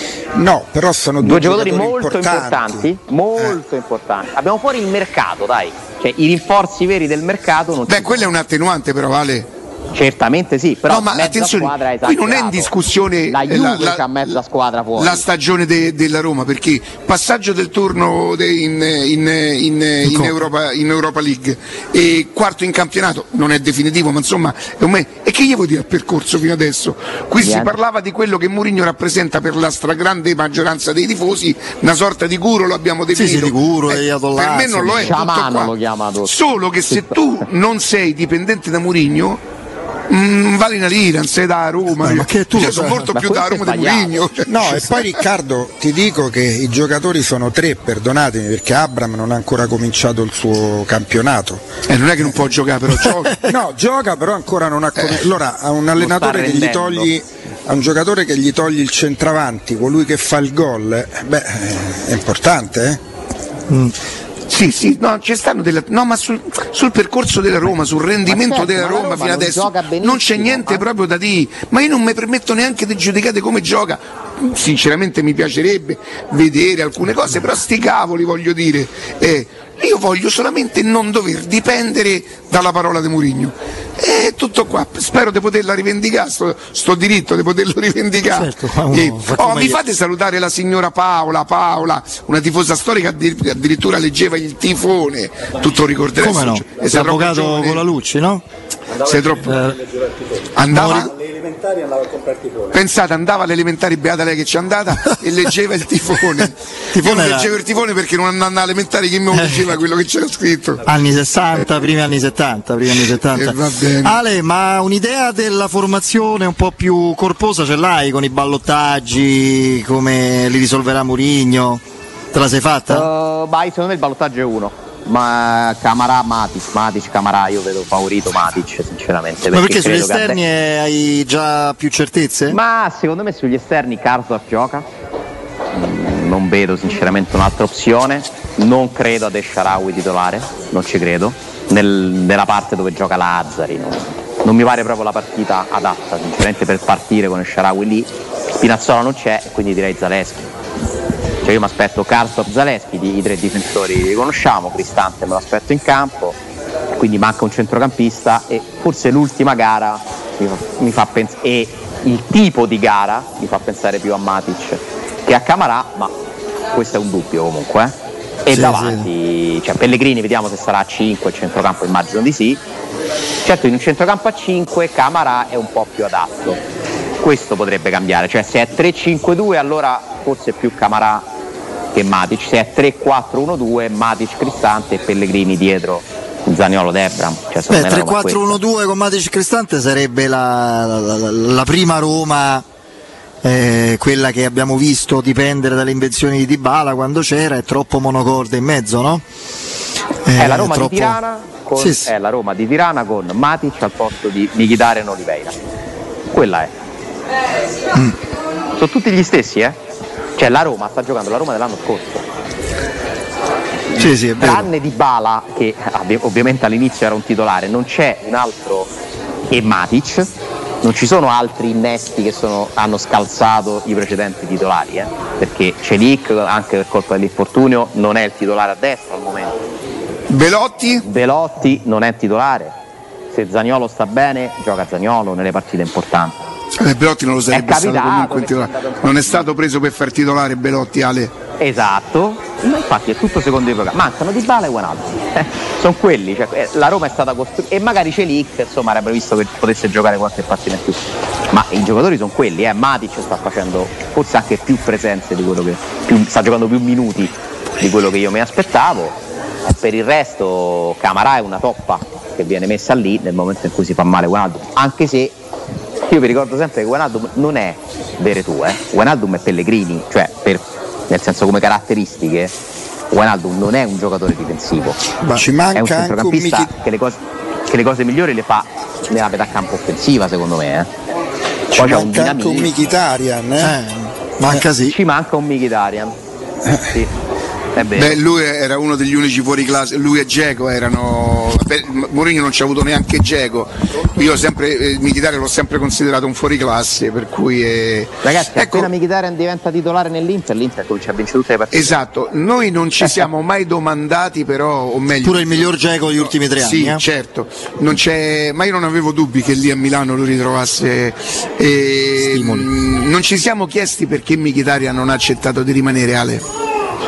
No, però sono due, due giocatori, giocatori molto importanti, importanti molto eh. importanti. Abbiamo fuori il mercato, dai. Cioè i rinforzi veri del mercato non Beh, quello è un attenuante però, Vale. Certamente sì, però no, ma mezza attenzione, squadra qui non è in discussione la Juve la, c'ha mezza squadra fuori. La stagione de, della Roma, perché passaggio del turno de, in, in, in, in, Europa, in Europa League e quarto in campionato non è definitivo, ma insomma è un me- e che gli vuoi dire al percorso fino adesso? Qui Niente. Si parlava di quello che Mourinho rappresenta per la stragrande maggioranza dei tifosi, una sorta di guru, lo abbiamo definito. Sì, sì, di guru, eh, per me non lo è, Sciamano lo chiama tutto. solo che se tu non sei dipendente da Mourinho Mm, vale una lira, non sei da Roma. Eh, ma che tu io sono molto più da Roma di Mourinho. No, e poi Riccardo ti dico che i giocatori sono tre, perdonatemi, perché Abraham non ha ancora cominciato il suo campionato. Eh, non è che non può giocare, però gioca. No, gioca, però ancora non ha cominciato. Allora, a un allenatore che gli togli, a un giocatore che gli togli il centravanti, colui che fa il gol, eh, beh, è importante, eh? Mm. Sì, sì, no, ci stanno delle, no, ma sul, sul percorso della Roma, sul rendimento certo, della Roma, Roma fino adesso non c'è niente ma... proprio da dire, ma io non mi permetto neanche di giudicare come gioca. Sinceramente mi piacerebbe vedere alcune cose, però sti cavoli voglio dire, eh, io voglio solamente non dover dipendere dalla parola di Mourinho. E tutto qua, spero di poterla rivendicare, sto, sto diritto di poterlo rivendicare. Certo, e, oh, mi fate salutare la signora Paola, Paola, una tifosa storica, addirittura leggeva il tifone, tutto ricorderete. Come no? L'avvocato con la Lucci, no? Sei troppo. Eh, andava alle elementari andava a comprare il tifone. Pensate, andava alle elementari, beata lei che ci è andata e leggeva il tifone. Io non leggevo il tifone perché non andavo alle elementari, chi mi leggeva quello che c'era scritto. Anni sessanta, eh. primi anni settanta, primi anni settanta. Eh, Ale, ma un'idea della formazione un po' più corposa ce l'hai con i ballottaggi, come li risolverà Mourinho? Te la sei fatta? Uh, ma secondo me il ballottaggio è uno. Ma Camarà, Matic, Matic, Camarà, io vedo favorito Matic sinceramente. Ma perché, perché sugli esterni te... hai già più certezze? Ma secondo me sugli esterni Karsdorp gioca, non vedo sinceramente un'altra opzione, non credo ad Esharawi titolare, non ci credo, Nel, nella parte dove gioca Lazzari, no? Non mi pare proprio la partita adatta sinceramente per partire con Esharawi lì. Spinazzola non c'è, quindi direi Zaleschi. Cioè io mi aspetto Karsdorp, Zaleschi, i tre difensori li conosciamo, Cristante me lo aspetto in campo, quindi manca un centrocampista e forse l'ultima gara mi fa, mi fa pensare, e il tipo di gara mi fa pensare più a Matic che a Camarà, ma questo è un dubbio comunque. Eh? E sì, davanti, sì. Cioè Pellegrini vediamo se sarà a cinque, il centrocampo immagino di sì. Certo in un centrocampo a cinque Camarà è un po' più adatto, questo potrebbe cambiare, cioè se è tre cinque due allora forse più Camarà che Matic, se è tre quattro uno due Matic, Cristante e Pellegrini dietro Zaniolo, Debram. Cioè, Beh, tre quattro uno due con Matic Cristante sarebbe la, la, la, la prima Roma, eh, quella che abbiamo visto dipendere dalle invenzioni di Dybala quando c'era, è troppo monocorde in mezzo, no? Eh, è la Roma troppo... di Tirana con, sì, sì. È la Roma di Tirana con Matic al posto di Mkhitaryan e Oliveira, quella è. Mm. Sono tutti gli stessi, eh? Cioè la Roma sta giocando la Roma dell'anno scorso. Sì, sì, è vero. Tranne Dybala, che ovviamente all'inizio era un titolare, non c'è un altro e Matic, non ci sono altri innesti che sono, hanno scalzato i precedenti titolari, eh? Perché Celic, anche per colpa dell'infortunio, non è il titolare a destra al momento. Velotti? Velotti non è titolare. Se Zaniolo sta bene, gioca Zaniolo nelle partite importanti. Eh, Belotti non lo sarebbe stato comunque titolare. Non è stato preso per far titolare Belotti, Ale. Esatto, ma infatti è tutto secondo i programmi. Mancano Dybala e Wijnaldum. Eh, sono quelli, cioè, la Roma è stata costruita e magari Celic, insomma, avrebbe visto che potesse giocare qualche partita in più. Ma i giocatori sono quelli, eh. Matic sta facendo forse anche più presenze di quello che più, sta giocando più minuti di quello che io mi aspettavo. E per il resto Camarà è una toppa che viene messa lì nel momento in cui si fa male Wijnaldum, anche se io vi ricordo sempre che Wijnaldum non è Veretù, eh. Wijnaldum è Pellegrini, cioè per, nel senso come caratteristiche Wijnaldum non è un giocatore difensivo, ma ci manca è un centrocampista anche un Michi... che, le cose, che le cose migliori le fa nella metà campo offensiva secondo me, eh. Ci Poi manca c'è un anche un Mkhitaryan, eh? eh, manca sì. Ci manca un Mkhitaryan, sì. Beh, lui era uno degli unici fuori classe, lui e Dzeko erano. Mourinho non ci ha avuto neanche Dzeko. Io sempre eh, Mkhitaryan l'ho sempre considerato un fuori classe, per cui è... Ragazzi, ecco, appena Mkhitaryan diventa titolare nell'Inter, l'Inter comincia a vincere tutte le partite. Esatto, noi non ci siamo mai domandati però, o meglio. Pure il miglior Dzeko degli ultimi tre anni. Sì, eh? certo. Non c'è, ma io non avevo dubbi che lì a Milano lo ritrovasse. E, mh, non ci siamo chiesti perché Mkhitaryan non ha accettato di rimanere, Ale.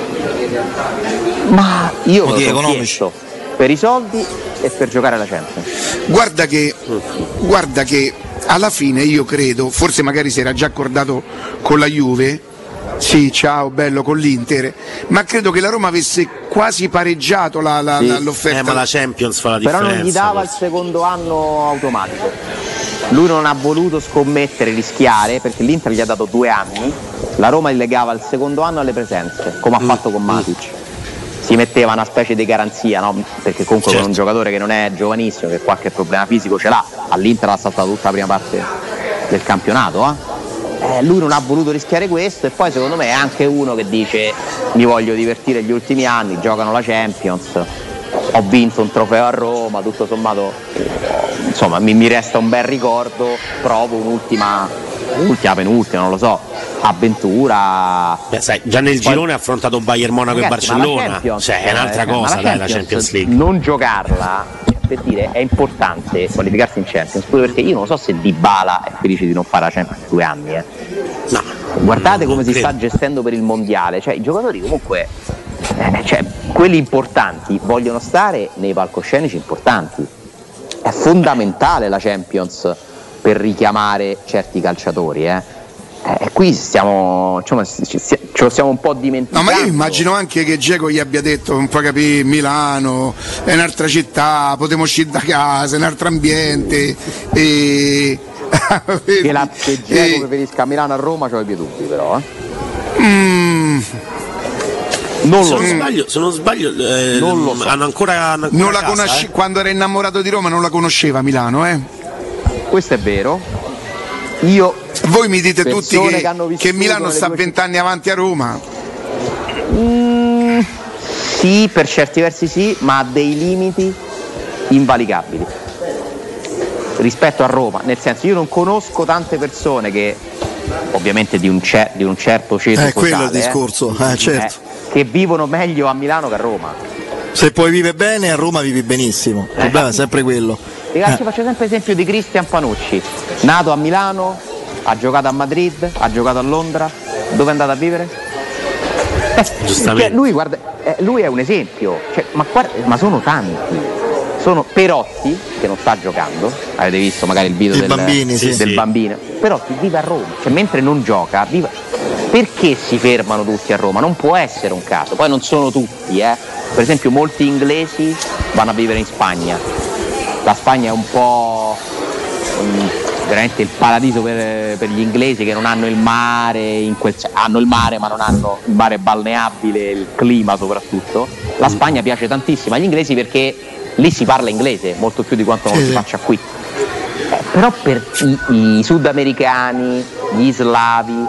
Ma io lo ho chiesto per i soldi e per giocare alla Champions. Guarda che, guarda che alla fine io credo, forse magari si era già accordato con la Juve, sì, ciao, bello, con l'Inter, ma credo che la Roma avesse quasi pareggiato la, la, sì. la, l'offerta. Eh, ma la Champions fa la differenza. Però non gli dava il secondo anno automatico. lui non ha voluto scommettere, rischiare, perché l'Inter gli ha dato due anni, la Roma gli legava il secondo anno alle presenze, come ha mm. fatto con Matic. Si metteva una specie di garanzia, no? Perché comunque certo. Con un giocatore che non è giovanissimo, che qualche problema fisico ce l'ha, all'Inter ha saltato tutta la prima parte del campionato, eh? Eh, lui non ha voluto rischiare questo, e poi secondo me è anche uno che dice mi voglio divertire gli ultimi anni, giocano la Champions, ho vinto un trofeo a Roma, tutto sommato insomma mi, mi resta un bel ricordo, provo un'ultima, ultima penultima, non lo so, avventura. Beh, sai, già nel poi, girone ha affrontato Bayern Monaco e Barcellona, cioè è un'altra eh, cosa, la dai, la Champions League. Non giocarla, per dire, è importante qualificarsi in Champions, pure perché io non so se Dybala è felice di non fare la Champions due anni, eh. No, guardate come si credo. sta gestendo per il mondiale, cioè i giocatori comunque eh, cioè, quelli importanti vogliono stare nei palcoscenici importanti. È fondamentale la Champions per richiamare certi calciatori, eh. E qui stiamo, diciamo, ce lo stiamo un po' dimenticando. No, ma io immagino anche che Dzeko gli abbia detto, un po' capì, Milano è un'altra città, potremo uscire da casa, è un altro ambiente. E... che la che Dzeko e... preferisca a Milano a Roma, c'ho i miei dubbi però, eh. Mm. Non se, lo non so. sbaglio, se non sbaglio, eh, non lo so. hanno ancora, hanno ancora non la casa, conosce... eh? Quando era innamorato di Roma non la conosceva Milano, eh? Questo è vero. Io Voi mi dite tutti che, che, che Milano sta vent'anni avanti a Roma? Mm, sì, per certi versi sì, ma ha dei limiti invalicabili rispetto a Roma, nel senso, io non conosco tante persone che ovviamente di un, cer- di un certo ceto eh, sociale, quello è il discorso, eh, certo. eh, che vivono meglio a Milano che a Roma. Se poi vive bene, a Roma vivi benissimo, il problema è sempre quello. Ragazzi, eh. faccio sempre l'esempio di Cristian Panucci, nato a Milano, ha giocato a Madrid, ha giocato a Londra, dove è andato a vivere? Eh, Giustamente. Cioè, lui, guarda, eh, lui è un esempio, cioè, ma, guarda, ma sono tanti. Sono Perotti, che non sta giocando, avete visto magari il video del, bambini, sì, del sì. bambino. Perotti vive a Roma, cioè mentre non gioca, vive... perché si fermano tutti a Roma? Non può essere un caso, poi non sono tutti, eh. Per esempio molti inglesi vanno a vivere in Spagna. La Spagna è un po' um, veramente il paradiso per, per gli inglesi che non hanno il mare, in quel, hanno il mare ma non hanno il mare balneabile, il clima soprattutto. La Spagna piace tantissimo agli inglesi perché lì si parla inglese molto più di quanto non sì, si sì. faccia qui. Eh, però per i, i sudamericani, gli slavi,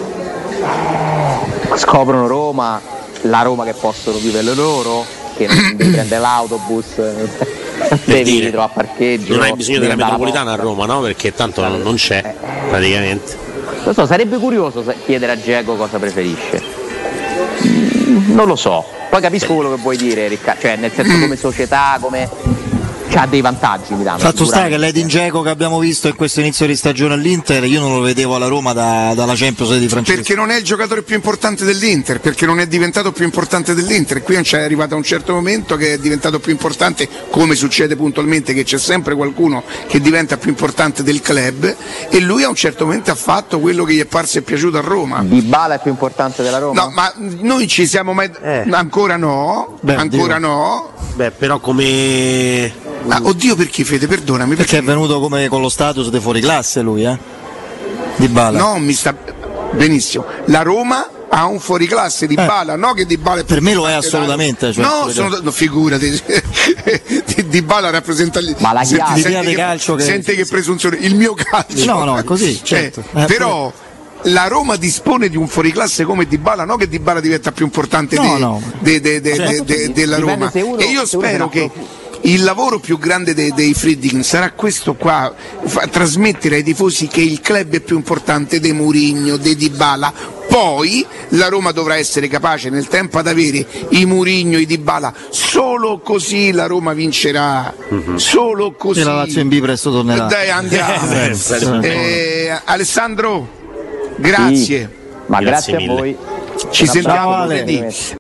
eh, scoprono Roma, la Roma che possono vivere loro, che non devi prendere l'autobus, devi trovare parcheggio. Non hai bisogno della metropolitana a Roma, no? Perché tanto non, non c'è praticamente. Lo so, sarebbe curioso chiedere a Dzeko cosa preferisce. Non lo so. Poi capisco quello che vuoi dire, Riccardo, cioè nel senso come società, come c'ha dei vantaggi Milano. Fatto sta che l'Edin Dzeko che abbiamo visto in questo inizio di stagione all'Inter, io non lo vedevo alla Roma da, dalla Champions di Francesco. Perché non è il giocatore più importante dell'Inter, perché non è diventato più importante dell'Inter. Qui è arrivato a un certo momento che è diventato più importante, come succede puntualmente, che c'è sempre qualcuno che diventa più importante del club, e lui a un certo momento ha fatto quello che gli è parso e piaciuto a Roma. Dybala è più importante della Roma? No, ma noi ci siamo mai... Eh. Ancora no, Beh, ancora Dio. no. Beh, però come... Ah, oddio, perché Fede, perdonami. Perché è venuto come con lo status di fuori classe lui, eh? Dybala. No, mi sta benissimo. La Roma ha un fuoriclasse di Dybala, eh. no che Dybala è per me lo è assolutamente. Cioè, no, sono, no, figurati. Dybala rappresenta gli... Ma la senti, chiave senti, che, calcio che... senti che presunzione, il mio calcio. No, no, è così, certo. Eh, eh, però la Roma dispone di un fuoriclasse come Dybala, no che Dybala diventa più importante no, de, no. de, de, de, cioè, de, de, della Roma. uno, e io spero che il lavoro più grande dei, dei Friedkin sarà questo qua, fa, trasmettere ai tifosi che il club è più importante di Mourinho, di Dybala. Poi la Roma dovrà essere capace nel tempo ad avere i Mourinho, i Dybala, solo così la Roma vincerà, mm-hmm. solo così. E la Lazio in B presto tornerà. Dai, andiamo. eh, Alessandro, grazie. Sì, ma grazie, grazie a voi. Ci sentiamo Ale. lunedì.